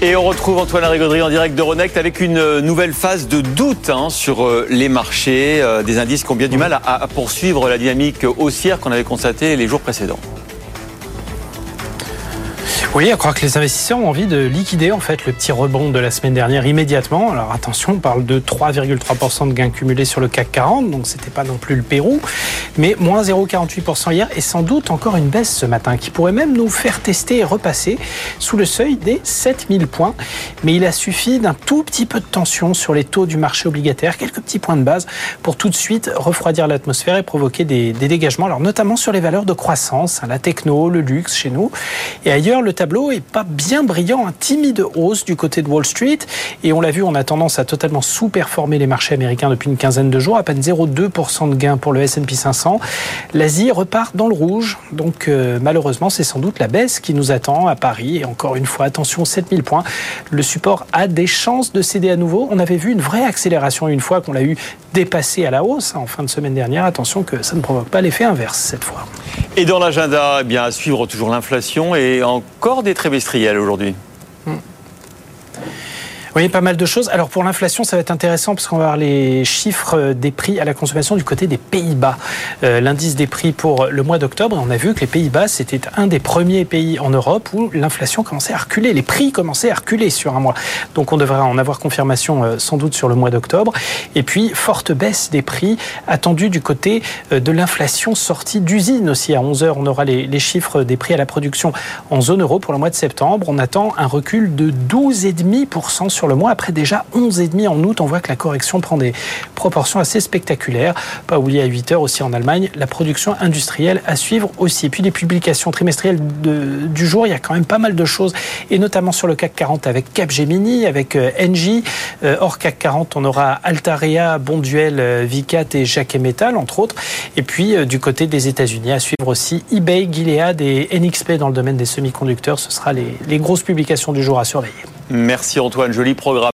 Et on retrouve Antoine Larigauderie en direct d'Euronext avec une nouvelle phase de doute sur les marchés, des indices qui ont bien du mal à poursuivre la dynamique haussière qu'on avait constatée les jours précédents. Oui, je crois que les investisseurs ont envie de liquider en fait le petit rebond de la semaine dernière immédiatement. Alors attention, on parle de 3,3% de gains cumulés sur le CAC 40, donc c'était pas non plus le Pérou, mais moins 0,48% hier et sans doute encore une baisse ce matin qui pourrait même nous faire tester et repasser sous le seuil des 7000 points. Mais il a suffi d'un tout petit peu de tension sur les taux du marché obligataire, quelques petits points de base pour tout de suite refroidir l'atmosphère et provoquer des dégagements, alors notamment sur les valeurs de croissance, la techno, le luxe chez nous. Et ailleurs, le tableau est pas bien brillant, un timide hausse du côté de Wall Street. Et on l'a vu, on a tendance à totalement sous-performer les marchés américains depuis une quinzaine de jours, à peine 0,2% de gain pour le S&P 500. L'Asie repart dans le rouge, donc malheureusement c'est sans doute la baisse qui nous attend à Paris. Et encore une fois, attention, 7000 points. Le support a des chances de céder à nouveau. On avait vu une vraie accélération une fois qu'on l'a eu dépassé à la hausse en fin de semaine dernière. Attention que ça ne provoque pas l'effet inverse cette fois. Et dans l'agenda, eh bien, à suivre toujours l'inflation et encore des trimestriels aujourd'hui. Oui, pas mal de choses. Alors pour l'inflation, ça va être intéressant parce qu'on va avoir les chiffres des prix à la consommation du côté des Pays-Bas. L'indice des prix pour le mois d'octobre, on a vu que les Pays-Bas, c'était un des premiers pays en Europe où l'inflation commençait à reculer, les prix commençaient à reculer sur un mois. Donc on devrait en avoir confirmation sans doute sur le mois d'octobre. Et puis, forte baisse des prix attendue du côté de l'inflation sortie d'usine aussi. À 11h, on aura les chiffres des prix à la production en zone euro pour le mois de septembre. On attend un recul de 12,5% sur le mois. Après déjà 11,5 en août, on voit que la correction prend des proportions assez spectaculaires. Pas oublier à 8h aussi en Allemagne, la production industrielle à suivre aussi. Et puis les publications trimestrielles du jour, il y a quand même pas mal de choses, et notamment sur le CAC 40 avec Capgemini, avec Engie. Hors CAC 40, on aura Altarea, Bonduelle, Vicat et Jacques Metal, entre autres. Et puis du côté des États-Unis, à suivre aussi eBay, Gilead et NXP dans le domaine des semi-conducteurs. Ce sera les grosses publications du jour à surveiller. Merci Antoine, joli programme.